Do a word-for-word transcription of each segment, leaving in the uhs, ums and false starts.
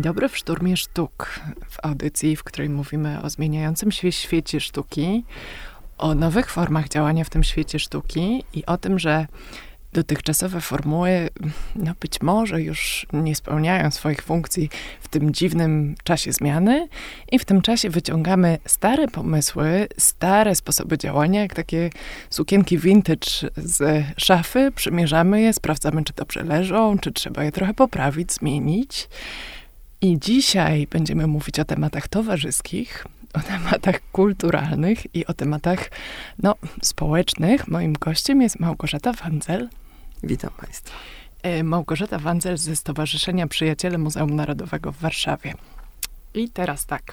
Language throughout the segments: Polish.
dobry w Szturmie Sztuk, w audycji, w której mówimy o zmieniającym się świecie sztuki, o nowych formach działania w tym świecie sztuki i o tym, że dotychczasowe formuły, no być może już nie spełniają swoich funkcji w tym dziwnym czasie zmiany i w tym czasie wyciągamy stare pomysły, stare sposoby działania, jak takie sukienki vintage z szafy, przymierzamy je, sprawdzamy, czy dobrze leżą, czy trzeba je trochę poprawić, zmienić. I dzisiaj będziemy mówić o tematach towarzyskich, o tematach kulturalnych i o tematach, no, społecznych. Moim gościem jest Małgorzata Wandzel. Witam Państwa. Małgorzata Wandzel ze Stowarzyszenia Przyjaciele Muzeum Narodowego w Warszawie. I teraz tak.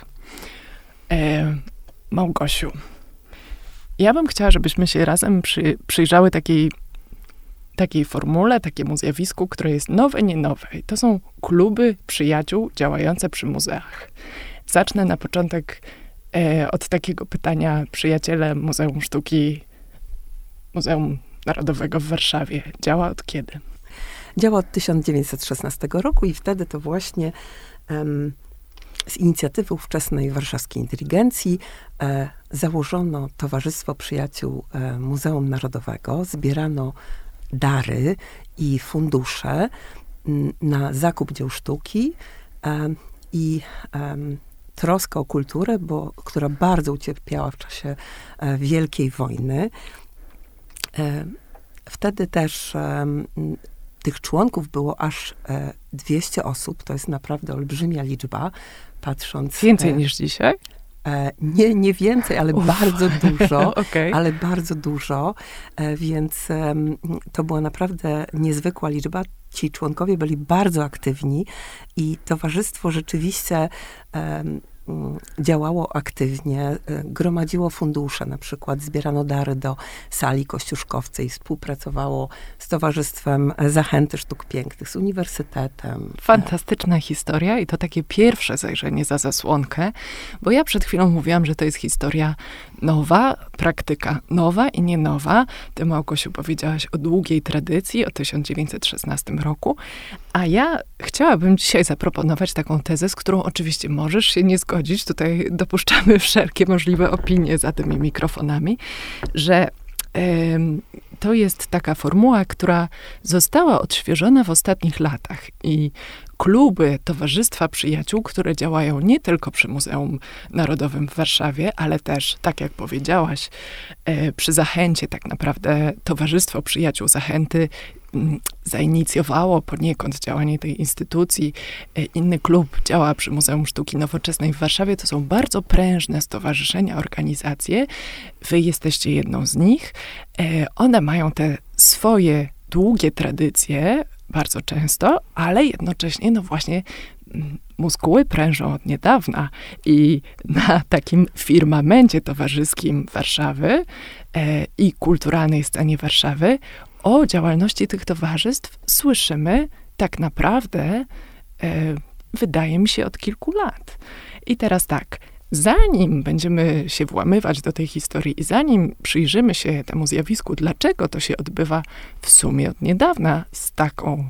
E, Małgosiu, ja bym chciała, żebyśmy się razem przy, przyjrzały takiej, takiej formule, takiemu zjawisku, które jest nowe, nie nowe. I to są kluby przyjaciół działające przy muzeach. Zacznę na początek e, od takiego pytania. Przyjaciele Muzeum Sztuki, Muzeum Narodowego w Warszawie działa od kiedy? Działa od tysiąc dziewięćset szesnastego roku i wtedy to właśnie um, z inicjatywy ówczesnej warszawskiej inteligencji e, założono Towarzystwo Przyjaciół e, Muzeum Narodowego. Zbierano dary i fundusze m, na zakup dzieł sztuki e, i um, troska o kulturę, bo, która bardzo ucierpiała w czasie e, Wielkiej Wojny. E, wtedy też e, tych członków było aż e, dwieście osób. To jest naprawdę olbrzymia liczba, patrząc... Więcej e, niż dzisiaj? E, nie, nie więcej, ale Uf. bardzo dużo. Okay. Ale bardzo dużo. E, więc e, to była naprawdę niezwykła liczba. Ci członkowie byli bardzo aktywni i towarzystwo rzeczywiście e, działało aktywnie, gromadziło fundusze, na przykład zbierano dary do sali kościuszkowcej, współpracowało z Towarzystwem Zachęty Sztuk Pięknych, z Uniwersytetem. Fantastyczna historia i to takie pierwsze zajrzenie za zasłonkę, bo ja przed chwilą mówiłam, że to jest historia nowa, praktyka nowa i nie nowa. Ty, Małgosiu, powiedziałaś o długiej tradycji, o tysiąc dziewięćset szesnastym roku, a ja chciałabym dzisiaj zaproponować taką tezę, z którą oczywiście możesz się nie zgodzić. Tutaj dopuszczamy wszelkie możliwe opinie za tymi mikrofonami, że y, to jest taka formuła, która została odświeżona w ostatnich latach i kluby Towarzystwa Przyjaciół, które działają nie tylko przy Muzeum Narodowym w Warszawie, ale też, tak jak powiedziałaś, y, przy Zachęcie tak naprawdę Towarzystwo Przyjaciół Zachęty zainicjowało poniekąd działanie tej instytucji. Inny klub działa przy Muzeum Sztuki Nowoczesnej w Warszawie. To są bardzo prężne stowarzyszenia, organizacje. Wy jesteście jedną z nich. One mają te swoje długie tradycje, bardzo często, ale jednocześnie, no właśnie, muskuły prężą od niedawna i na takim firmamencie towarzyskim Warszawy e, i kulturalnej scenie Warszawy o działalności tych towarzystw słyszymy tak naprawdę, e, wydaje mi się, od kilku lat. I teraz tak, zanim będziemy się włamywać do tej historii i zanim przyjrzymy się temu zjawisku, dlaczego to się odbywa w sumie od niedawna z taką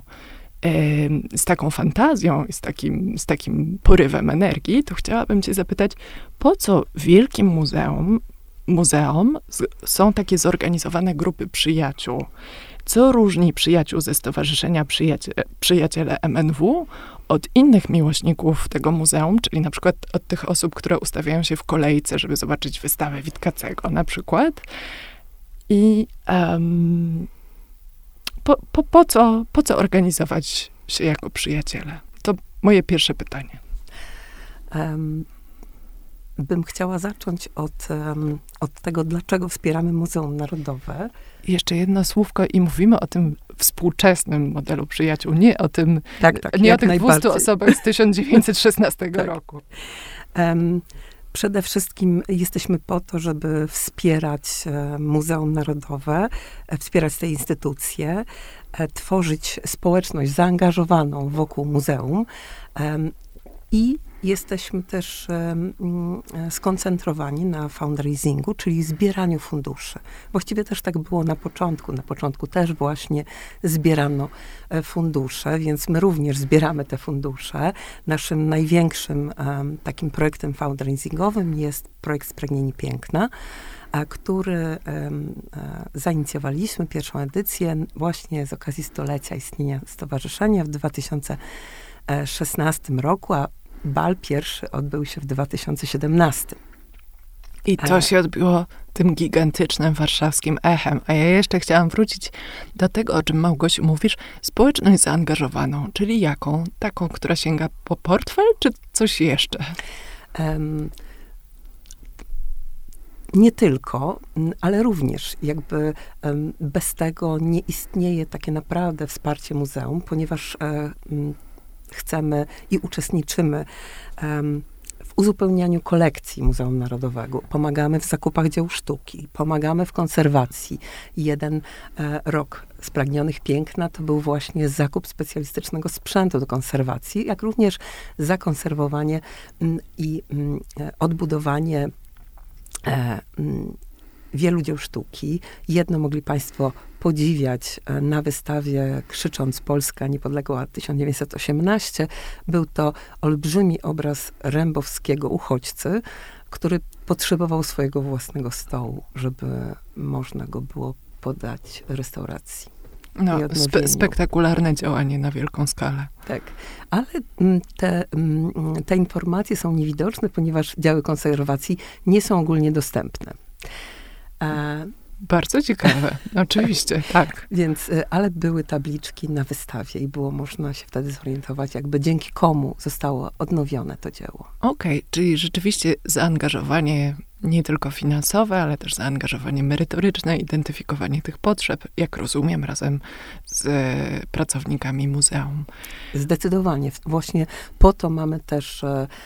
z taką fantazją i z takim, z takim porywem energii, to chciałabym cię zapytać, po co wielkim muzeum, muzeum z, są takie zorganizowane grupy przyjaciół? Co różni przyjaciół ze Stowarzyszenia Przyjacie, Przyjaciele M N W od innych miłośników tego muzeum, czyli na przykład od tych osób, które ustawiają się w kolejce, żeby zobaczyć wystawę Witkacego na przykład? I um, Po, po, po, co, po co organizować się jako przyjaciele? To moje pierwsze pytanie. Um, bym chciała zacząć od, um, od tego, dlaczego wspieramy Muzeum Narodowe. Jeszcze jedno słówko i mówimy o tym współczesnym modelu przyjaciół, nie o tym, tak, tak, nie o tych dwustu osobach z tysiąc dziewięćset szesnastego tak. roku. Um, Przede wszystkim jesteśmy po to, żeby wspierać Muzeum Narodowe, wspierać te instytucje, tworzyć społeczność zaangażowaną wokół muzeum i jesteśmy też um, skoncentrowani na fundraisingu, czyli zbieraniu funduszy. Właściwie też tak było na początku. Na początku też właśnie zbierano fundusze, więc my również zbieramy te fundusze. Naszym największym um, takim projektem fundraisingowym jest projekt Spragnieni Piękna, a który um, zainicjowaliśmy pierwszą edycję właśnie z okazji stulecia istnienia stowarzyszenia w dwa tysiące szesnastym roku, a bal pierwszy odbył się w dwa tysiące siedemnastym. I to się odbiło tym gigantycznym warszawskim echem. A ja jeszcze chciałam wrócić do tego, o czym, Małgosiu, mówisz, społeczność zaangażowaną, czyli jaką? Taką, która sięga po portfel, czy coś jeszcze? Um, nie tylko, ale również jakby um, bez tego nie istnieje takie naprawdę wsparcie muzeum, ponieważ um, chcemy i uczestniczymy um, w uzupełnianiu kolekcji Muzeum Narodowego. Pomagamy w zakupach dzieł sztuki, pomagamy w konserwacji. Jeden e, rok Spragnionych Piękna to był właśnie zakup specjalistycznego sprzętu do konserwacji, jak również zakonserwowanie m, i m, odbudowanie e, m, wielu dzieł sztuki. Jedno mogli Państwo podziwiać na wystawie Krzycząc Polska niepodległa tysiąc dziewięćset osiemnaście. Był to olbrzymi obraz rembowskiego uchodźcy, który potrzebował swojego własnego stołu, żeby można go było podać restauracji. No, spe- spektakularne działanie na wielką skalę. Tak, ale te, te informacje są niewidoczne, ponieważ działy konserwacji nie są ogólnie dostępne. A, Bardzo ciekawe, oczywiście, tak. Więc, ale były tabliczki na wystawie i było można się wtedy zorientować, jakby dzięki komu zostało odnowione to dzieło. Okej, okay, czyli rzeczywiście zaangażowanie nie tylko finansowe, ale też zaangażowanie merytoryczne, identyfikowanie tych potrzeb, jak rozumiem, razem z pracownikami muzeum. Zdecydowanie. Właśnie po to mamy też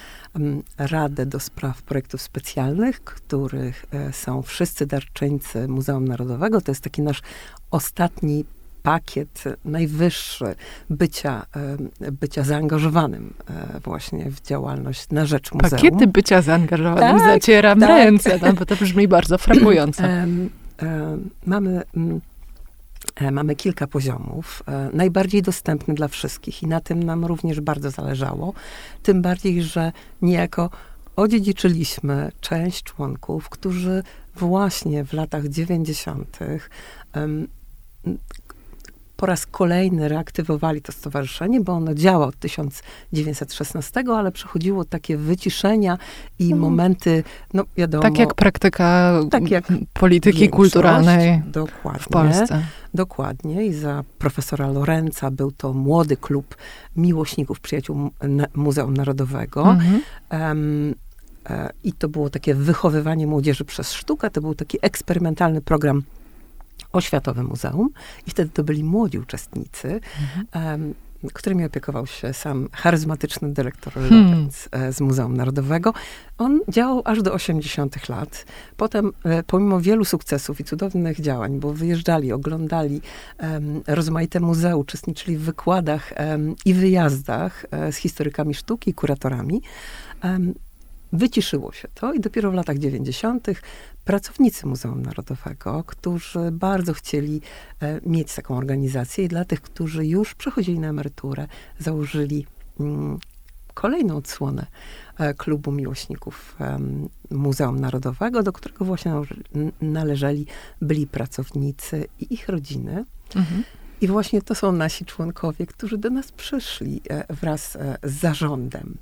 Radę do Spraw Projektów Specjalnych, których są wszyscy darczyńcy Muzeum Narodowego. To jest taki nasz ostatni pakiet najwyższy bycia, bycia zaangażowanym właśnie w działalność na rzecz muzeum. Pakiety bycia zaangażowanym, tak, zacieram tak. ręce, no, bo to brzmi bardzo frapująco. um, um, mamy... Um, Mamy kilka poziomów, e, najbardziej dostępny dla wszystkich i na tym nam również bardzo zależało. Tym bardziej, że niejako odziedziczyliśmy część członków, którzy właśnie w latach dziewięćdziesiątych um, po raz kolejny reaktywowali to stowarzyszenie, bo ono działa od tysiąc dziewięćset szesnastego, ale przechodziło takie wyciszenia i mm. momenty, no wiadomo... Tak jak praktyka tak jak polityki kulturalnej dokładnie, w Polsce. Dokładnie. I za profesora Lorenza był to młody klub miłośników, przyjaciół Muzeum Narodowego. Mm-hmm. Um, e, I to było takie wychowywanie młodzieży przez sztukę. To był taki eksperymentalny program Oświatowe Muzeum i wtedy to byli młodzi uczestnicy, mhm. um, którymi opiekował się sam charyzmatyczny dyrektor hmm. Lorenz e, z Muzeum Narodowego. On działał aż do osiemdziesiątych lat. Potem, e, pomimo wielu sukcesów i cudownych działań, bo wyjeżdżali, oglądali um, rozmaite muzea, uczestniczyli w wykładach um, i wyjazdach e, z historykami sztuki i kuratorami, um, wyciszyło się to i dopiero w latach dziewięćdziesiątych pracownicy Muzeum Narodowego, którzy bardzo chcieli e, mieć taką organizację i dla tych, którzy już przechodzili na emeryturę, założyli mm, kolejną odsłonę e, klubu miłośników e, Muzeum Narodowego, do którego właśnie należeli byli pracownicy i ich rodziny. Mhm. I właśnie to są nasi członkowie, którzy do nas przyszli e, wraz e, z zarządem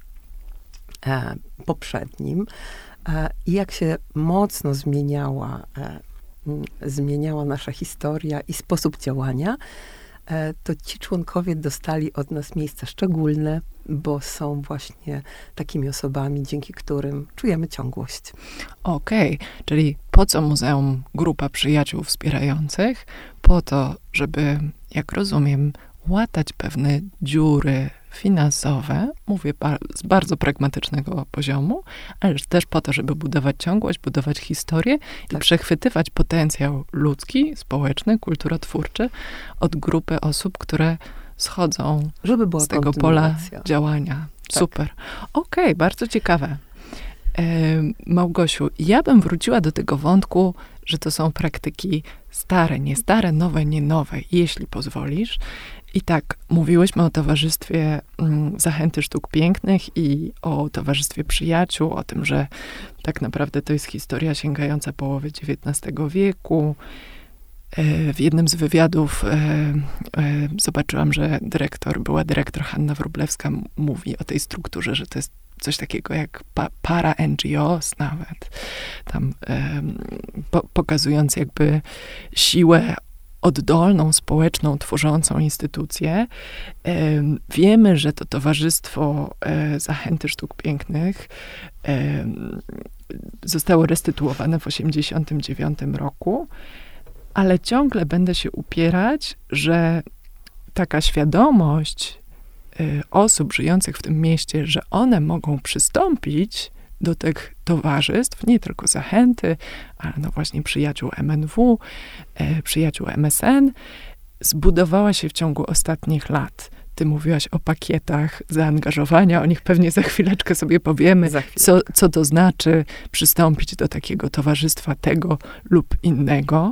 E, poprzednim e, i jak się mocno zmieniała, e, m, zmieniała nasza historia i sposób działania, e, to ci członkowie dostali od nas miejsca szczególne, bo są właśnie takimi osobami, dzięki którym czujemy ciągłość. Okej, okay. Czyli po co muzeum? Grupa przyjaciół wspierających? Po to, żeby, jak rozumiem, łatać pewne dziury finansowe, mówię ba- z bardzo pragmatycznego poziomu, ale też po to, żeby budować ciągłość, budować historię tak. i przechwytywać potencjał ludzki, społeczny, kulturotwórczy od grupy osób, które schodzą żeby była z tego pola działania. Super. Okej, okay, bardzo ciekawe. E, Małgosiu, ja bym wróciła do tego wątku, że to są praktyki stare, nie stare, nowe, nie nowe, jeśli pozwolisz. I tak, mówiłyśmy o Towarzystwie mm, Zachęty Sztuk Pięknych i o Towarzystwie Przyjaciół, o tym, że tak naprawdę to jest historia sięgająca połowy dziewiętnastego wieku. E, w jednym z wywiadów e, e, zobaczyłam, że dyrektor, była dyrektor Hanna Wróblewska, m- mówi o tej strukturze, że to jest coś takiego jak pa, para N G Os nawet, tam e, po, pokazując jakby siłę oddolną, społeczną, tworzącą instytucję. E, wiemy, że to Towarzystwo e, Zachęty Sztuk Pięknych e, zostało restytuowane w osiemdziesiątym dziewiątym roku, ale ciągle będę się upierać, że taka świadomość y, osób żyjących w tym mieście, że one mogą przystąpić do tych towarzystw, nie tylko Zachęty, ale no właśnie przyjaciół M N W, y, przyjaciół M S N, zbudowała się w ciągu ostatnich lat. Ty mówiłaś o pakietach zaangażowania, o nich pewnie za chwileczkę sobie powiemy, co, co to znaczy przystąpić do takiego towarzystwa tego lub innego.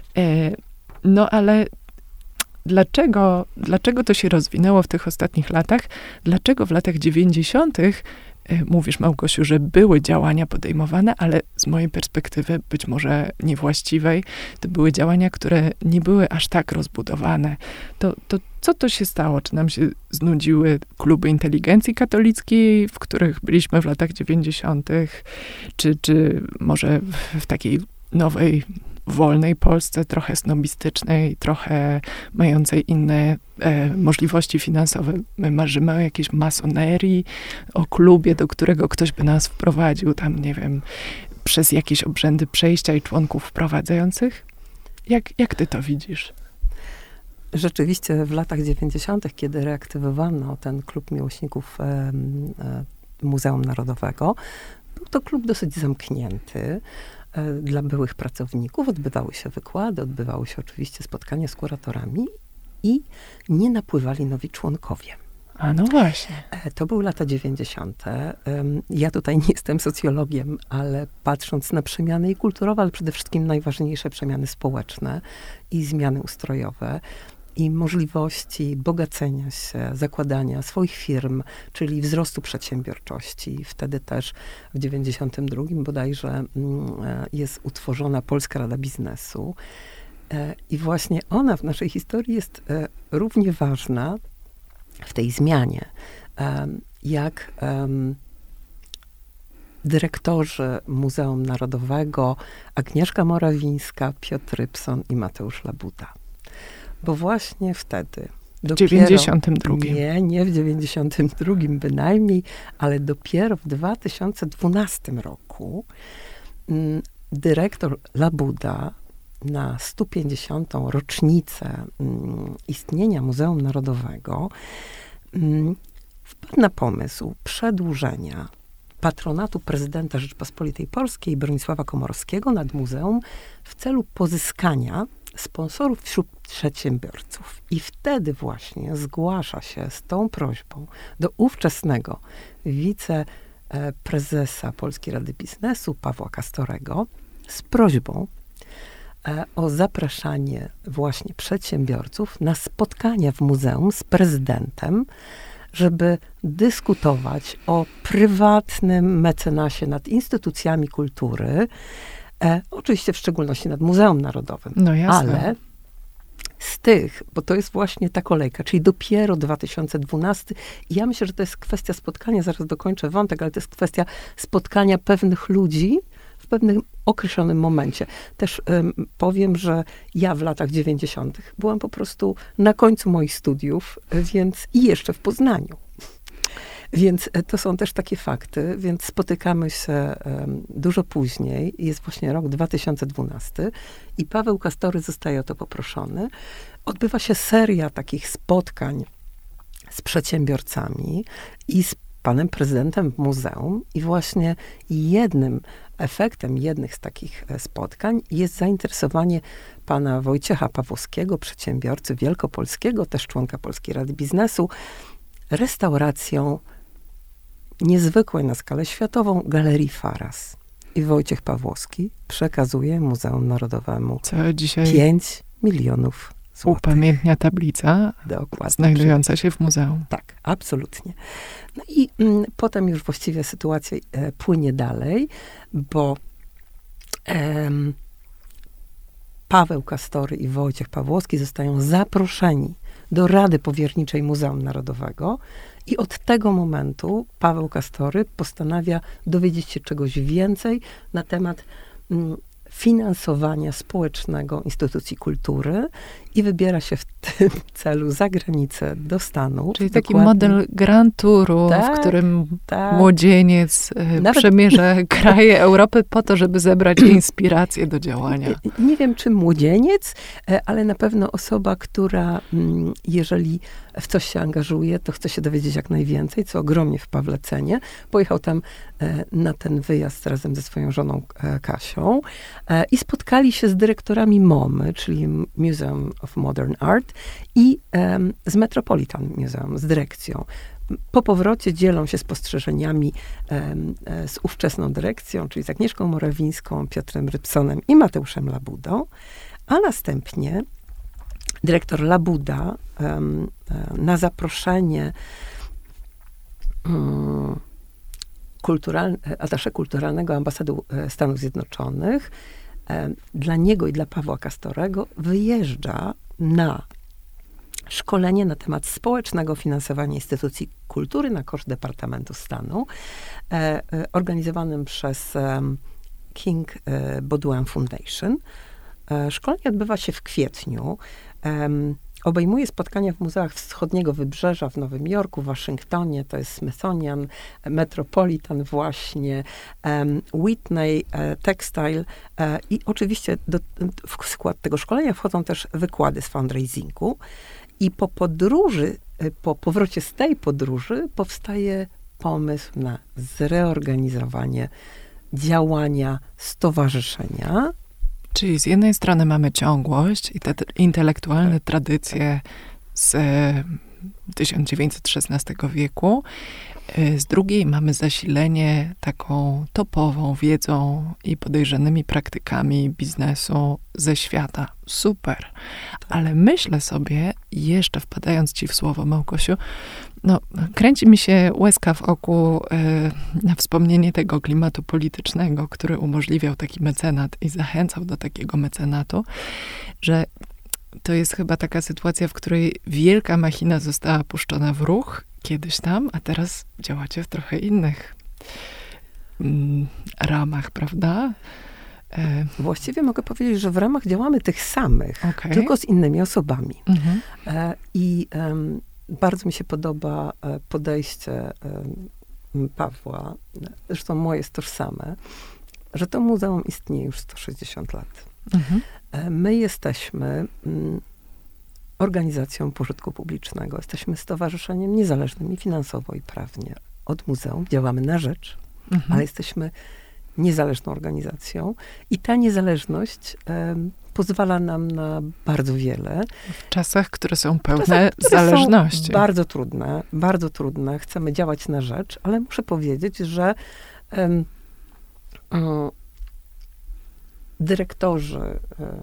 No ale dlaczego, dlaczego to się rozwinęło w tych ostatnich latach? Dlaczego w latach dziewięćdziesiątych mówisz, Małgosiu, że były działania podejmowane, ale z mojej perspektywy, być może niewłaściwej, to były działania, które nie były aż tak rozbudowane. To, to co to się stało? Czy nam się znudziły kluby inteligencji katolickiej, w których byliśmy w latach dziewięćdziesiątych? Czy, czy może w, w takiej nowej, wolnej Polsce, trochę snobistycznej, trochę mającej inne e, możliwości finansowe. My marzymy o jakiejś masonerii, o klubie, do którego ktoś by nas wprowadził, tam, nie wiem, przez jakieś obrzędy przejścia i członków wprowadzających. Jak, jak ty to widzisz? Rzeczywiście w latach dziewięćdziesiątych, kiedy reaktywowano ten klub miłośników e, e, Muzeum Narodowego, był to klub dosyć zamknięty. Dla byłych pracowników odbywały się wykłady, odbywały się oczywiście spotkania z kuratorami i nie napływali nowi członkowie. A no właśnie. To były lata dziewięćdziesiąte. Ja tutaj nie jestem socjologiem, ale patrząc na przemiany i kulturowe, ale przede wszystkim najważniejsze przemiany społeczne i zmiany ustrojowe, i możliwości bogacenia się, zakładania swoich firm, czyli wzrostu przedsiębiorczości. Wtedy też w dziewięćdziesiątym drugim bodajże jest utworzona Polska Rada Biznesu. I właśnie ona w naszej historii jest równie ważna w tej zmianie, jak dyrektorzy Muzeum Narodowego Agnieszka Morawińska, Piotr Rybson i Mateusz Labuda. Bo właśnie wtedy, w dziewięćdziesiątym drugim. Nie, nie w dziewięćdziesiątym drugim bynajmniej, ale dopiero w dwa tysiące dwunastym roku m, dyrektor Labuda na sto pięćdziesiątą rocznicę m, istnienia Muzeum Narodowego m, wpadł na pomysł przedłużenia patronatu prezydenta Rzeczypospolitej Polskiej Bronisława Komorowskiego nad muzeum w celu pozyskania sponsorów wśród przedsiębiorców. I wtedy właśnie zgłasza się z tą prośbą do ówczesnego wiceprezesa Polskiej Rady Biznesu Pawła Kastorego z prośbą o zapraszanie właśnie przedsiębiorców na spotkania w muzeum z prezydentem, żeby dyskutować o prywatnym mecenasie nad instytucjami kultury, E, oczywiście w szczególności nad Muzeum Narodowym. No jasne. Ale z tych, bo to jest właśnie ta kolejka, czyli dopiero dwa tysiące dwunasty. I ja myślę, że to jest kwestia spotkania, zaraz dokończę wątek, ale to jest kwestia spotkania pewnych ludzi w pewnym określonym momencie. Też um, powiem, że ja w latach dziewięćdziesiątych byłam po prostu na końcu moich studiów, więc i jeszcze w Poznaniu. Więc to są też takie fakty, więc spotykamy się um, dużo później. Jest właśnie rok dwa tysiące dwunasty i Paweł Kastory zostaje o to poproszony. Odbywa się seria takich spotkań z przedsiębiorcami i z panem prezydentem w muzeum i właśnie jednym efektem jednych z takich spotkań jest zainteresowanie pana Wojciecha Pawłowskiego, przedsiębiorcy wielkopolskiego, też członka Polskiej Rady Biznesu, restauracją niezwykłej na skalę światową Galerii Faras. I Wojciech Pawłowski przekazuje Muzeum Narodowemu Co dzisiaj pięć milionów złotych. upamiętnia tablica Dokładnie. znajdująca się w muzeum. Tak, absolutnie. No i mm, potem już właściwie sytuacja e, płynie dalej, bo em, Paweł Kastory i Wojciech Pawłowski zostają zaproszeni do Rady Powierniczej Muzeum Narodowego i od tego momentu Paweł Kastory postanawia dowiedzieć się czegoś więcej na temat mm, finansowania społecznego instytucji kultury i wybiera się w tym celu za granicę do Stanów. Czyli taki Dokładnie. model Grand Touru, Tak, w którym tak. młodzieniec y, Nawet- przemierza kraje Europy po to, żeby zebrać inspirację do działania. Nie wiem, czy młodzieniec, e, ale na pewno osoba, która mm, jeżeli w coś się angażuje, to chce się dowiedzieć jak najwięcej, co ogromnie w Pawle cenię. Pojechał tam e, na ten wyjazd razem ze swoją żoną e, Kasią e, i spotkali się z dyrektorami MoMy, czyli Museum of Modern Art i em, z Metropolitan Museum, z dyrekcją. Po powrocie dzielą się spostrzeżeniami em, e, z ówczesną dyrekcją, czyli z Agnieszką Morawińską, Piotrem Rybsonem i Mateuszem Labudą, a następnie dyrektor Labuda em, e, na zaproszenie um, kultural, atasze kulturalnego ambasady e, Stanów Zjednoczonych e, dla niego i dla Pawła Kastorego wyjeżdża na szkolenie na temat społecznego finansowania instytucji kultury na koszt Departamentu Stanu, e, e, organizowanym przez e, King e, Baudouin Foundation. E, szkolenie odbywa się w kwietniu. E, obejmuje spotkania w muzeach wschodniego wybrzeża w Nowym Jorku, Waszyngtonie, to jest Smithsonian, Metropolitan właśnie, e, Whitney, e, Textile e, i oczywiście do, w skład tego szkolenia wchodzą też wykłady z fundraisingu. I po podróży, po powrocie z tej podróży powstaje pomysł na zreorganizowanie działania stowarzyszenia. Czyli z jednej strony mamy ciągłość i te t- intelektualne tradycje z e, tysiąc dziewięćset szesnastego wieku, e, z drugiej mamy zasilenie taką topową wiedzą i podejrzanymi praktykami biznesu ze świata. Super. Ale myślę sobie, jeszcze wpadając ci w słowo, Małgosiu, no, kręci mi się łezka w oku e, na wspomnienie tego klimatu politycznego, który umożliwiał taki mecenat i zachęcał do takiego mecenatu, że to jest chyba taka sytuacja, w której wielka machina została puszczona w ruch kiedyś tam, a teraz działacie w trochę innych mm, ramach, prawda? E, Właściwie mogę powiedzieć, że w ramach działamy tych samych, okay. tylko z innymi osobami. Mhm. E, I em, bardzo mi się podoba e, podejście em, Pawła, zresztą moje jest tożsame, że to muzeum istnieje już sto sześćdziesiąt lat. Mhm. E, my jesteśmy mm, organizacją pożytku publicznego. Jesteśmy stowarzyszeniem niezależnym i finansowo i prawnie od muzeum. Działamy na rzecz, Mhm. ale jesteśmy niezależną organizacją i ta niezależność em, pozwala nam na bardzo wiele. W czasach, które są pełne Czasach, które zależności. Są bardzo trudne, bardzo trudne. Chcemy działać na rzecz, ale muszę powiedzieć, że em, um, dyrektorzy, um,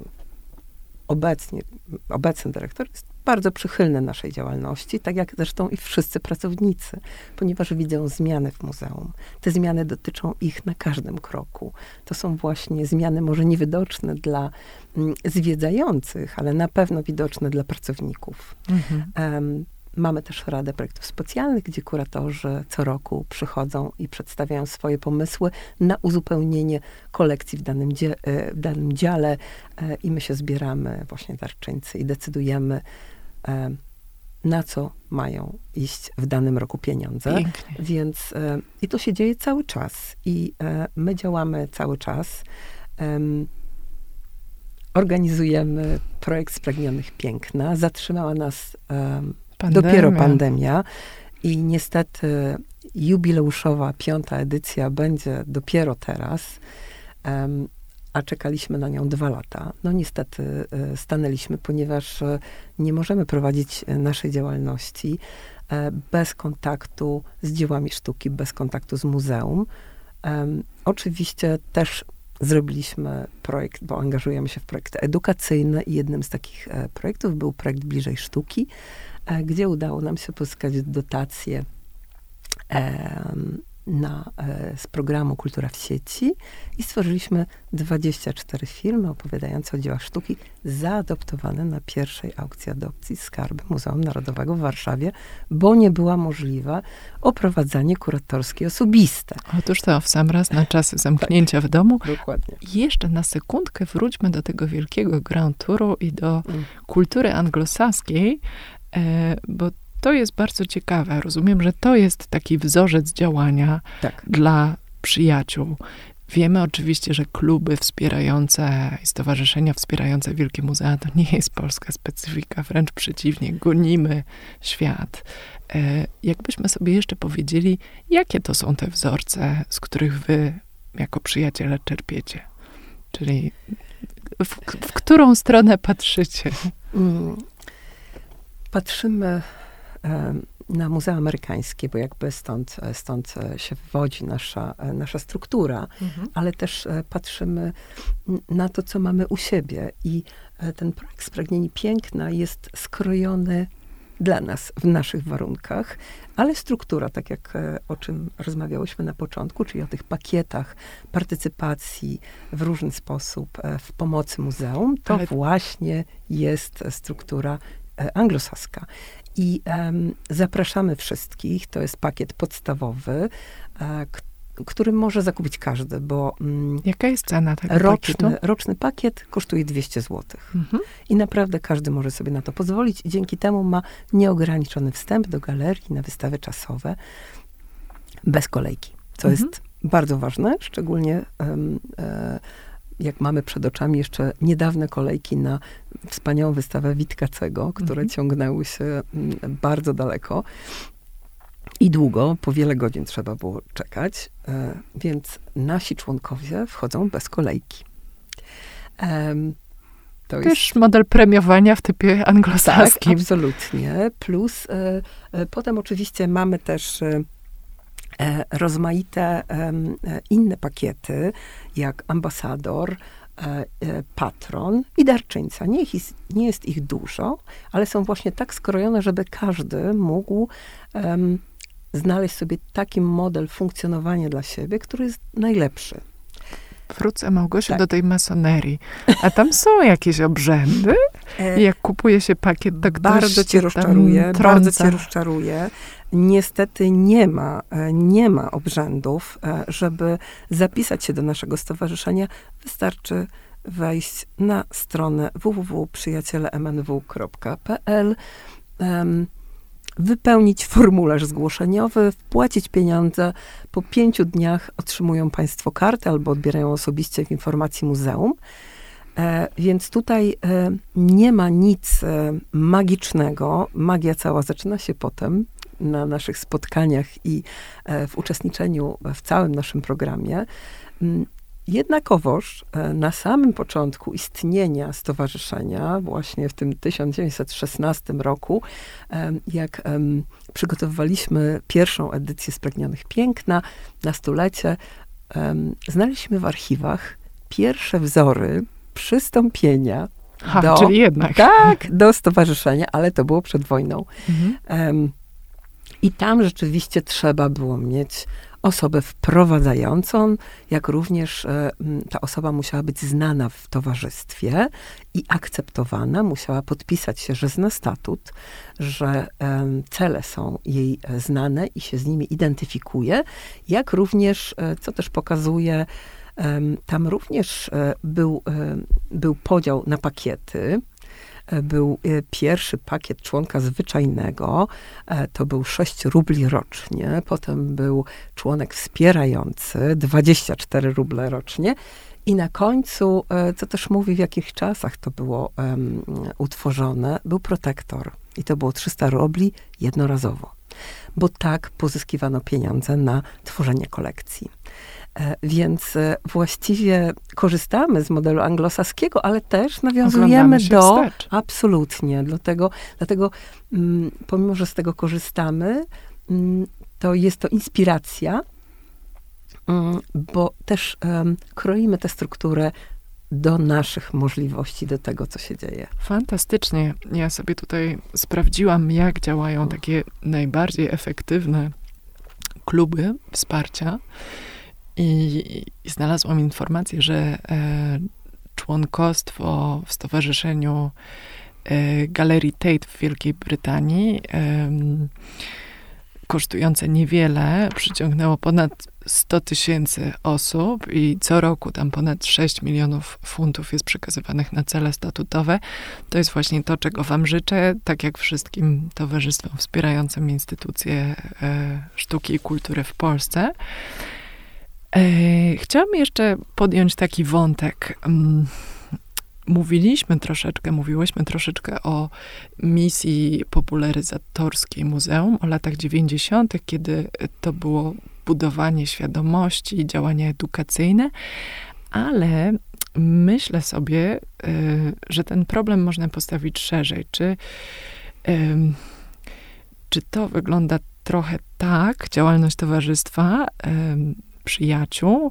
obecnie, obecny dyrektor jest bardzo przychylny naszej działalności, tak jak zresztą i wszyscy pracownicy, ponieważ widzą zmiany w muzeum. Te zmiany dotyczą ich na każdym kroku. To są właśnie zmiany może niewidoczne dla mm, zwiedzających, ale na pewno widoczne dla pracowników. Mhm. Um, Mamy też Radę Projektów Specjalnych, gdzie kuratorzy co roku przychodzą i przedstawiają swoje pomysły na uzupełnienie kolekcji w danym, dzie- w danym dziale e, i my się zbieramy, właśnie darczyńcy, i decydujemy, e, na co mają iść w danym roku pieniądze. Pięknie. Więc e, i to się dzieje cały czas. I e, my działamy cały czas. Em, organizujemy projekt Spragnionych Piękna. Zatrzymała nas em, Pandemia. dopiero pandemia i niestety jubileuszowa piąta edycja będzie dopiero teraz, um, a czekaliśmy na nią dwa lata. No niestety y, stanęliśmy, ponieważ y, nie możemy prowadzić y, naszej działalności bez kontaktu z dziełami sztuki, bez kontaktu z muzeum. Oczywiście też zrobiliśmy projekt, bo angażujemy się w projekty edukacyjne i jednym z takich projektów był projekt Bliżej Sztuki, gdzie udało nam się pozyskać dotacje na, z programu Kultura w sieci i stworzyliśmy dwadzieścia cztery filmy opowiadające o dziełach sztuki zaadoptowane na pierwszej aukcji adopcji Skarby Muzeum Narodowego w Warszawie, bo nie była możliwa oprowadzanie kuratorskie osobiste. Otóż to w sam raz na czas zamknięcia tak, w domu. Dokładnie. I jeszcze na sekundkę wróćmy do tego wielkiego Grand Touru i do mm. kultury anglosaskiej, e, bo to jest bardzo ciekawe. Rozumiem, że to jest taki wzorzec działania tak. dla przyjaciół. Wiemy oczywiście, że kluby wspierające i stowarzyszenia wspierające wielkie muzea to nie jest polska specyfika, wręcz przeciwnie, gonimy świat. E, jakbyśmy sobie jeszcze powiedzieli, jakie to są te wzorce, z których wy jako przyjaciele czerpiecie? Czyli w, w którą stronę patrzycie? Mm. Patrzymy na muzea amerykańskie, bo jakby stąd, stąd się wywodzi nasza, nasza struktura, mhm. ale też patrzymy na to, co mamy u siebie. I ten projekt Spragnieni Piękna jest skrojony dla nas, w naszych warunkach, ale struktura, tak jak o czym rozmawiałyśmy na początku, czyli o tych pakietach partycypacji w różny sposób w pomocy muzeum, to ale... właśnie jest struktura anglosaska. I um, zapraszamy wszystkich, to jest pakiet podstawowy, e, k- który może zakupić każdy, bo... Mm, Jaka jest cena tego roczny, pakietu? Roczny pakiet kosztuje dwieście złotych. Mhm. I naprawdę każdy może sobie na to pozwolić i dzięki temu ma nieograniczony wstęp do galerii, na wystawy czasowe, bez kolejki, co mhm. jest bardzo ważne, szczególnie um, e, jak mamy przed oczami jeszcze niedawne kolejki na wspaniałą wystawę Witkacego, które mhm. ciągnęły się bardzo daleko i długo, po wiele godzin trzeba było czekać, e, więc nasi członkowie wchodzą bez kolejki. E, to Też jest model premiowania w typie anglosaskim. Tak, absolutnie. Plus e, e, potem oczywiście mamy też e, rozmaite e, inne pakiety, jak ambasador, e, e, patron i darczyńca. Nie, ich, nie jest ich dużo, ale są właśnie tak skrojone, żeby każdy mógł e, znaleźć sobie taki model funkcjonowania dla siebie, który jest najlepszy. Wrócę, Małgosiu, tak. do tej masonerii. A tam są jakieś obrzędy? E, jak kupuje się pakiet, tak bardzo cię rozczaruje, bardzo cię rozczaruje. Niestety nie ma, nie ma obrzędów. Żeby zapisać się do naszego stowarzyszenia, wystarczy wejść na stronę w w w kropka przyjaciele m n w kropka p l, um, wypełnić formularz zgłoszeniowy, wpłacić pieniądze. Po pięciu dniach otrzymują państwo kartę albo odbierają osobiście w informacji muzeum. E, więc tutaj e, nie ma nic e, magicznego. Magia cała zaczyna się potem na naszych spotkaniach i e, w uczestniczeniu w całym naszym programie. Jednakowoż na samym początku istnienia stowarzyszenia, właśnie w tym tysiąc dziewięćset szesnastym roku, jak przygotowywaliśmy pierwszą edycję Spragnionych Piękna na stulecie, znaleźliśmy w archiwach pierwsze wzory przystąpienia ha, do, czyli jednak. Tak, do stowarzyszenia, ale to było przed wojną. Mhm. Um, I tam rzeczywiście trzeba było mieć osobę wprowadzającą, jak również e, ta osoba musiała być znana w towarzystwie i akceptowana, musiała podpisać się, że zna statut, że e, cele są jej znane i się z nimi identyfikuje, jak również, e, co też pokazuje, e, tam również e, był, e, był podział na pakiety. Był pierwszy pakiet członka zwyczajnego, to był sześć rubli rocznie, potem był członek wspierający, dwadzieścia cztery ruble rocznie i na końcu, co też mówi w jakich czasach to było um, utworzone, był protektor i to było trzysta rubli jednorazowo, bo tak pozyskiwano pieniądze na tworzenie kolekcji. Więc właściwie korzystamy z modelu anglosaskiego, ale też nawiązujemy Oglądamy się do... wstecz. Absolutnie. Dlatego, dlatego pomimo, że z tego korzystamy, to jest to inspiracja, bo też um, kroimy tę strukturę do naszych możliwości, do tego, co się dzieje. Fantastycznie. Ja sobie tutaj sprawdziłam, jak działają takie najbardziej efektywne kluby wsparcia i, i znalazłam informację, że e, członkostwo w Stowarzyszeniu e, Galerii Tate w Wielkiej Brytanii e, kosztujące niewiele, przyciągnęło ponad sto tysięcy osób i co roku tam ponad sześć milionów funtów jest przekazywanych na cele statutowe. To jest właśnie to, czego wam życzę, tak jak wszystkim towarzystwom wspierającym instytucje e, sztuki i kultury w Polsce. E, chciałam jeszcze podjąć taki wątek. Mm, Mówiliśmy troszeczkę, mówiłyśmy troszeczkę o misji popularyzatorskiej muzeum, o latach dziewięćdziesiątych, kiedy to było budowanie świadomości, działania edukacyjne, ale myślę sobie, że ten problem można postawić szerzej. Czy, czy to wygląda trochę tak, działalność towarzystwa, przyjaciół,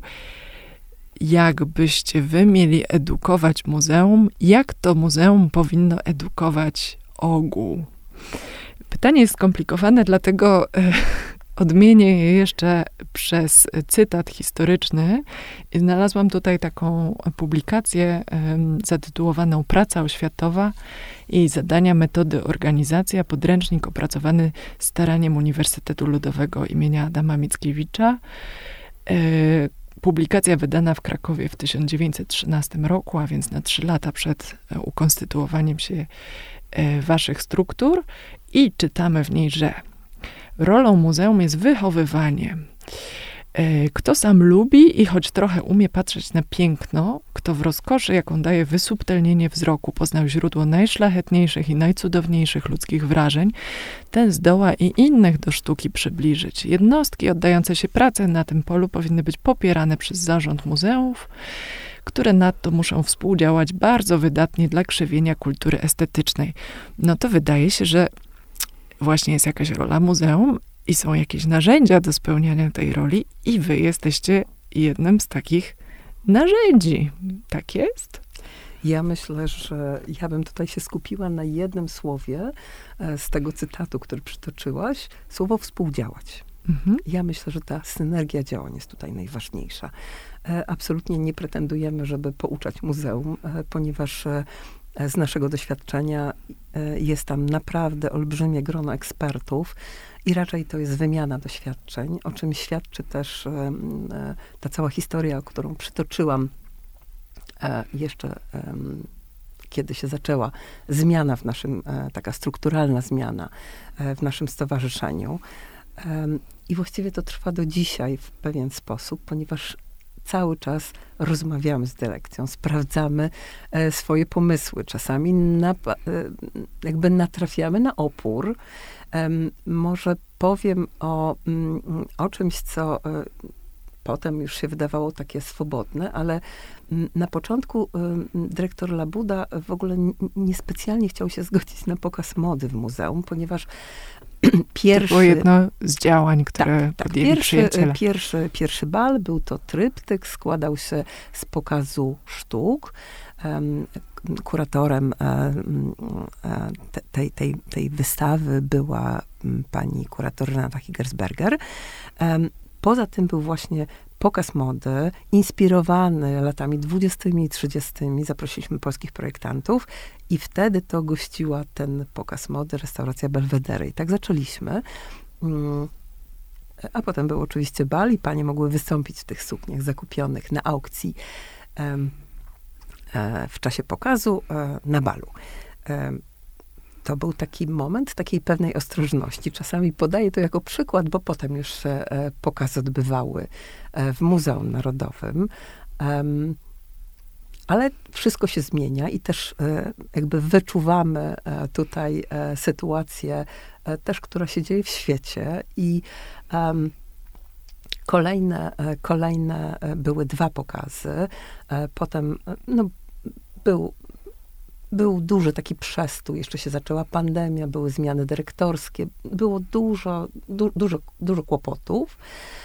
jakbyście wy mieli edukować muzeum, jak to muzeum powinno edukować ogół? Pytanie jest skomplikowane, dlatego e, odmienię je jeszcze przez cytat historyczny i znalazłam tutaj taką publikację e, zatytułowaną Praca oświatowa, jej zadania, metody, organizacja, podręcznik opracowany staraniem Uniwersytetu Ludowego imienia Adama Mickiewicza. E, Publikacja wydana w Krakowie w tysiąc dziewięćset trzynastym roku, a więc na trzy lata przed ukonstytuowaniem się waszych struktur. I czytamy w niej, że rolą muzeum jest wychowywanie. Kto sam lubi i choć trochę umie patrzeć na piękno, kto w rozkoszy, jaką daje wysubtelnienie wzroku, poznał źródło najszlachetniejszych i najcudowniejszych ludzkich wrażeń, ten zdoła i innych do sztuki przybliżyć. Jednostki oddające się pracy na tym polu powinny być popierane przez zarząd muzeów, które nadto muszą współdziałać bardzo wydatnie dla krzewienia kultury estetycznej. No to wydaje się, że właśnie jest jakaś rola muzeum, i są jakieś narzędzia do spełniania tej roli i wy jesteście jednym z takich narzędzi. Tak jest? Ja myślę, że ja bym tutaj się skupiła na jednym słowie z tego cytatu, który przytoczyłaś. Słowo współdziałać. Mhm. Ja myślę, że ta synergia działań jest tutaj najważniejsza. Absolutnie nie pretendujemy, żeby pouczać muzeum, ponieważ z naszego doświadczenia jest tam naprawdę olbrzymie grono ekspertów i raczej to jest wymiana doświadczeń, o czym świadczy też ta cała historia, którą przytoczyłam jeszcze, kiedy się zaczęła zmiana w naszym, taka strukturalna zmiana w naszym stowarzyszeniu. I właściwie to trwa do dzisiaj w pewien sposób, ponieważ cały czas rozmawiamy z dyrekcją, sprawdzamy e, swoje pomysły. Czasami nap- e, jakby natrafiamy na opór. E, może powiem o, m, o czymś, co e, potem już się wydawało takie swobodne, ale m, na początku e, dyrektor Labuda w ogóle n- niespecjalnie chciał się zgodzić na pokaz mody w muzeum, ponieważ Pierwszy, to było jedno z działań, które tak, tak, podjęli pierwszy, przyjaciele. Pierwszy, pierwszy bal był to tryptyk, składał się z pokazu sztuk. Um, kuratorem um, te, tej, tej, tej wystawy była um, pani kurator Renata Higersberger. Um, poza tym był właśnie pokaz mody, inspirowany latami dwudziestymi i trzydziestymi. Zaprosiliśmy polskich projektantów i wtedy to gościła ten pokaz mody, restauracja Belvedere. I tak zaczęliśmy. A potem był oczywiście bal i panie mogły wystąpić w tych sukniach zakupionych na aukcji w czasie pokazu na balu. To był taki moment takiej pewnej ostrożności. Czasami podaję to jako przykład, bo potem już się pokazy odbywały w Muzeum Narodowym. Ale wszystko się zmienia i też jakby wyczuwamy tutaj sytuację też, która się dzieje w świecie i Kolejne, kolejne były dwa pokazy. Potem no, był, był duży taki przestój. Jeszcze się zaczęła pandemia, były zmiany dyrektorskie. Było dużo, du, dużo, dużo kłopotów.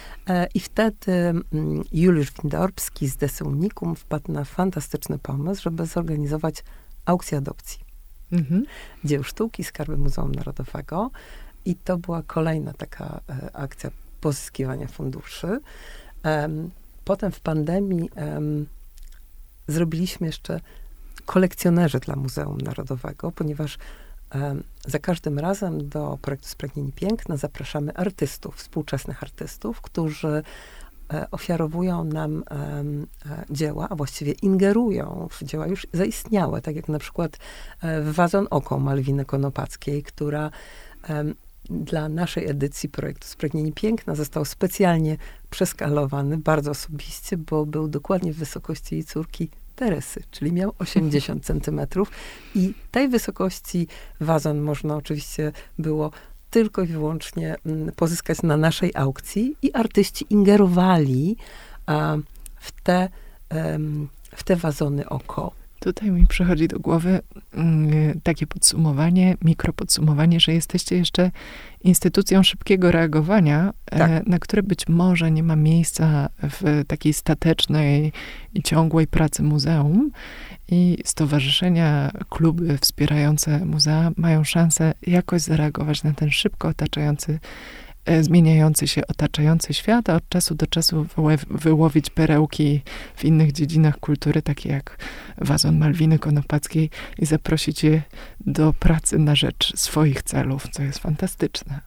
I wtedy Juliusz Windorbski z Desunikum wpadł na fantastyczny pomysł, żeby zorganizować aukcję adopcji. Mhm. Dzieł sztuki, Skarby Muzeum Narodowego. I to była kolejna taka e, akcja pozyskiwania funduszy. Um, potem w pandemii um, zrobiliśmy jeszcze kolekcjonerzy dla Muzeum Narodowego, ponieważ um, za każdym razem do projektu Spragnieni Piękna zapraszamy artystów, współczesnych artystów, którzy e, ofiarowują nam e, dzieła, a właściwie ingerują w dzieła już zaistniałe, tak jak na przykład e, w Wazon Oko Malwiny Konopackiej, która e, dla naszej edycji projektu Spragnieni Piękna został specjalnie przeskalowany, bardzo osobiście, bo był dokładnie w wysokości jej córki Teresy, czyli miał osiemdziesiąt centymetrów i tej wysokości wazon można oczywiście było tylko i wyłącznie pozyskać na naszej aukcji i artyści ingerowali a, w, te, um, w te wazony oko. Tutaj mi przychodzi do głowy y, takie podsumowanie, mikropodsumowanie, że jesteście jeszcze instytucją szybkiego reagowania, tak. e, na które być może nie ma miejsca w takiej statecznej i ciągłej pracy muzeum. I stowarzyszenia, kluby wspierające muzea mają szansę jakoś zareagować na ten szybko otaczający zmieniający się, otaczający świat, a od czasu do czasu wyłowić perełki w innych dziedzinach kultury, takie jak wazon Malwiny Konopackiej i zaprosić je do pracy na rzecz swoich celów, co jest fantastyczne.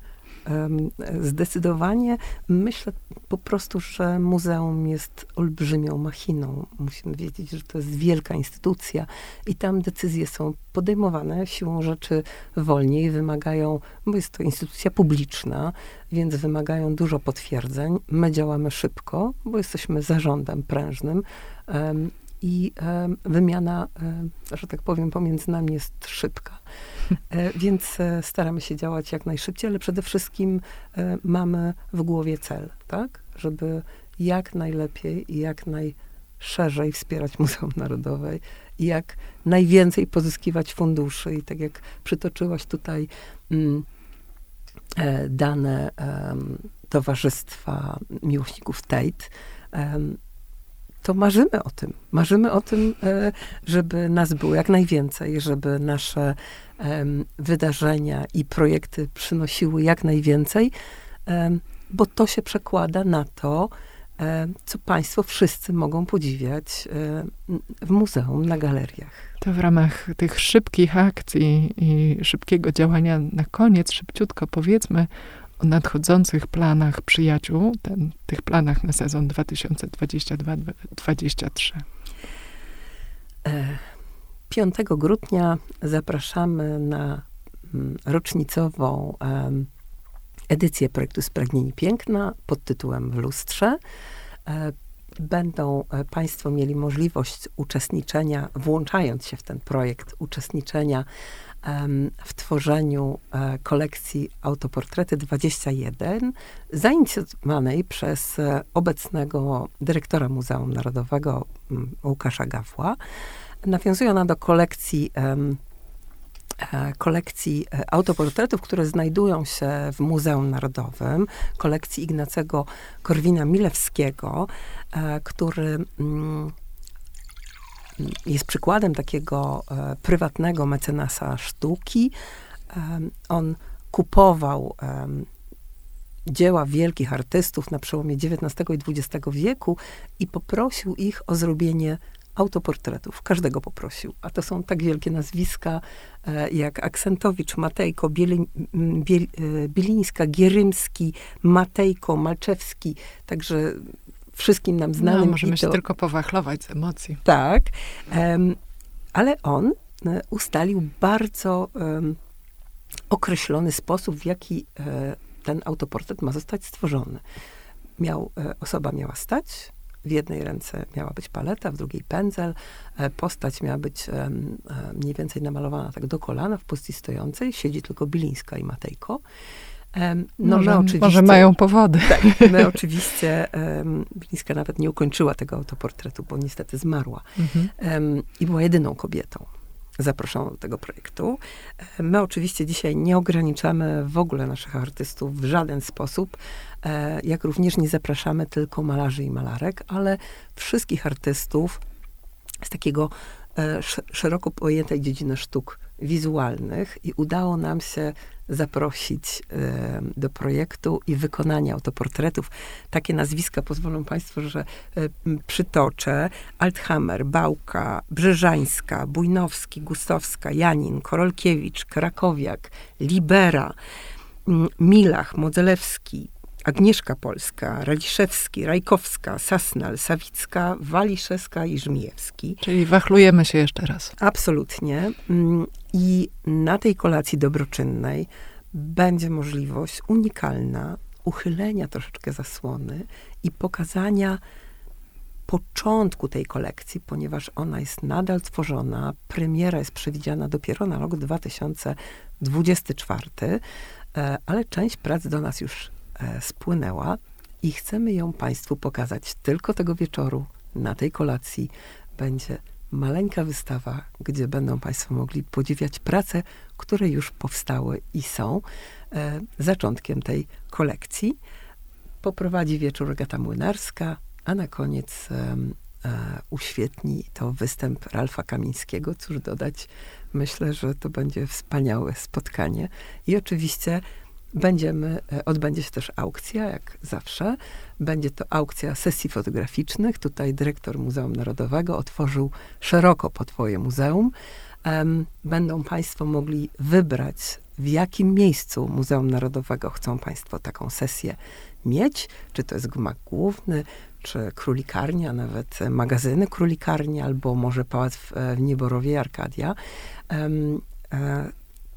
Zdecydowanie myślę po prostu, że muzeum jest olbrzymią machiną. Musimy wiedzieć, że to jest wielka instytucja i tam decyzje są podejmowane siłą rzeczy wolniej, wymagają, bo jest to instytucja publiczna, więc wymagają dużo potwierdzeń. My działamy szybko, bo jesteśmy zarządem prężnym um, i um, wymiana, um, że tak powiem, pomiędzy nami jest szybka. E, więc e, staramy się działać jak najszybciej, ale przede wszystkim e, mamy w głowie cel, tak? Żeby jak najlepiej i jak najszerzej wspierać Muzeum Narodowe i jak najwięcej pozyskiwać funduszy. I tak jak przytoczyłaś tutaj mm, e, dane e, Towarzystwa Miłośników Tate, e, to marzymy o tym. Marzymy o tym, żeby nas było jak najwięcej, żeby nasze wydarzenia i projekty przynosiły jak najwięcej, bo to się przekłada na to, co państwo wszyscy mogą podziwiać w muzeum, na galeriach. To w ramach tych szybkich akcji i szybkiego działania na koniec, szybciutko powiedzmy o nadchodzących planach przyjaciół, ten, tych planach na sezon dwa tysiące dwudziesty drugi do dwudziestego trzeciego. piątego grudnia zapraszamy na rocznicową edycję projektu Spragnieni Piękna pod tytułem W lustrze. Będą państwo mieli możliwość uczestniczenia, włączając się w ten projekt, uczestniczenia w tworzeniu kolekcji Autoportrety dwadzieścia jeden, zainicjowanej przez obecnego dyrektora Muzeum Narodowego Łukasza Gawła. Nawiązuje ona do kolekcji, kolekcji autoportretów, które znajdują się w Muzeum Narodowym, kolekcji Ignacego Korwina-Milewskiego, który jest przykładem takiego e, prywatnego mecenasa sztuki. E, on kupował e, dzieła wielkich artystów na przełomie dziewiętnastego i dwudziestego wieku i poprosił ich o zrobienie autoportretów. Każdego poprosił. A to są tak wielkie nazwiska e, jak Aksentowicz, Matejko, Bieli, Biel, e, Bielińska, Gierymski, Matejko, Malczewski. Także wszystkim nam znanym. No, możemy to, się tylko powachlować z emocji. Tak. Um, ale on um, ustalił bardzo um, określony sposób, w jaki um, ten autoportret ma zostać stworzony. Miał, um, osoba miała stać, w jednej ręce miała być paleta, w drugiej pędzel. Um, postać miała być um, mniej więcej namalowana tak do kolana, w pozycji stojącej. Siedzi tylko Bilińska i Matejko. Um, no może, my oczywiście, może mają powody. Tak, my oczywiście, um, Bilińska nawet nie ukończyła tego autoportretu, bo niestety zmarła. Mhm. Um, I była jedyną kobietą zaproszoną do tego projektu. My oczywiście dzisiaj nie ograniczamy w ogóle naszych artystów w żaden sposób, jak również nie zapraszamy tylko malarzy i malarek, ale wszystkich artystów z takiego szeroko pojętej dziedziny sztuk wizualnych i udało nam się zaprosić do projektu i wykonania autoportretów. Takie nazwiska pozwolą państwo, że przytoczę: Althammer, Bałka, Brzeżańska, Bujnowski, Gustowska, Janin, Korolkiewicz, Krakowiak, Libera, Milach, Modzelewski, Agnieszka Polska, Raliszewski, Rajkowska, Sasnal, Sawicka, Waliszewska i Żmijewski. Czyli wachlujemy się jeszcze raz. Absolutnie. I na tej kolacji dobroczynnej będzie możliwość unikalna uchylenia troszeczkę zasłony i pokazania początku tej kolekcji, ponieważ ona jest nadal tworzona. Premiera jest przewidziana dopiero na rok dwa tysiące dwudziesty czwarty, ale część prac do nas już spłynęła i chcemy ją państwu pokazać tylko tego wieczoru. Na tej kolacji będzie maleńka wystawa, gdzie będą państwo mogli podziwiać prace, które już powstały i są e, zaczątkiem tej kolekcji. Poprowadzi wieczór Agata Młynarska, a na koniec e, e, uświetni to występ Ralfa Kamińskiego. Cóż dodać, myślę, że to będzie wspaniałe spotkanie. I oczywiście Będziemy, odbędzie się też aukcja, jak zawsze. Będzie to aukcja sesji fotograficznych. Tutaj dyrektor Muzeum Narodowego otworzył szeroko podwoje muzeum. Um, będą państwo mogli wybrać, w jakim miejscu Muzeum Narodowego chcą państwo taką sesję mieć. Czy to jest gmach główny, czy królikarnia, nawet magazyny królikarnia, albo może pałac w, w Nieborowie, Arkadia. Um, e,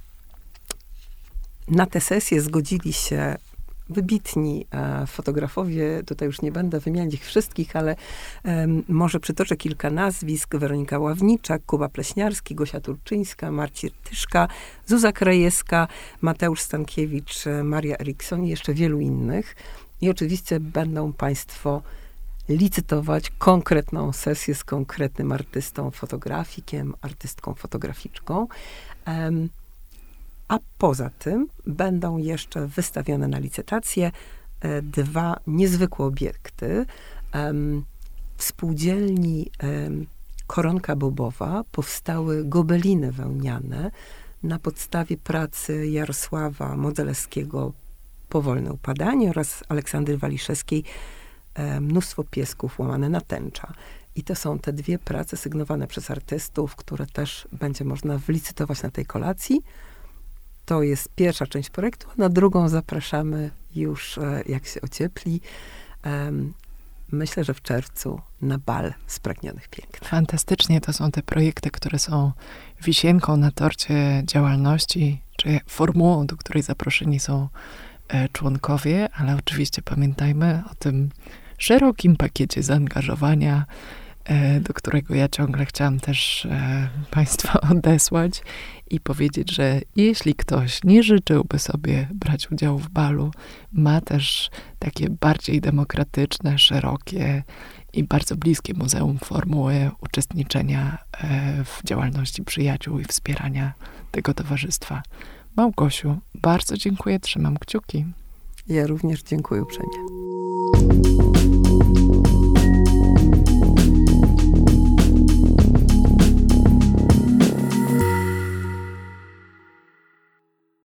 Na tę sesję zgodzili się wybitni e, fotografowie. Tutaj już nie będę wymieniać ich wszystkich, ale e, może przytoczę kilka nazwisk. Weronika Ławniczak, Kuba Pleśniarski, Gosia Turczyńska, Marcin Tyszka, Zuza Krajewska, Mateusz Stankiewicz, Maria Erikson i jeszcze wielu innych. I oczywiście będą państwo licytować konkretną sesję z konkretnym artystą, fotografikiem, artystką, fotograficzką. E, A poza tym będą jeszcze wystawione na licytację e, dwa niezwykłe obiekty. Um, w spółdzielni um, Koronka Bobowa powstały gobeliny wełniane na podstawie pracy Jarosława Modzelewskiego Powolne upadanie oraz Aleksandry Waliszewskiej e, Mnóstwo piesków łamane na tęcza. I to są te dwie prace sygnowane przez artystów, które też będzie można wylicytować na tej kolacji. To jest pierwsza część projektu, a na drugą zapraszamy już, jak się ociepli. Myślę, że w czerwcu na bal Spragnionych Piękna. Fantastycznie, to są te projekty, które są wisienką na torcie działalności, czy formułą, do której zaproszeni są członkowie, ale oczywiście pamiętajmy o tym szerokim pakiecie zaangażowania, do którego ja ciągle chciałam też e, państwa odesłać i powiedzieć, że jeśli ktoś nie życzyłby sobie brać udziału w balu, ma też takie bardziej demokratyczne, szerokie i bardzo bliskie muzeum formuły uczestniczenia e, w działalności przyjaciół i wspierania tego towarzystwa. Małgosiu, bardzo dziękuję, trzymam kciuki. Ja również dziękuję uprzejmie.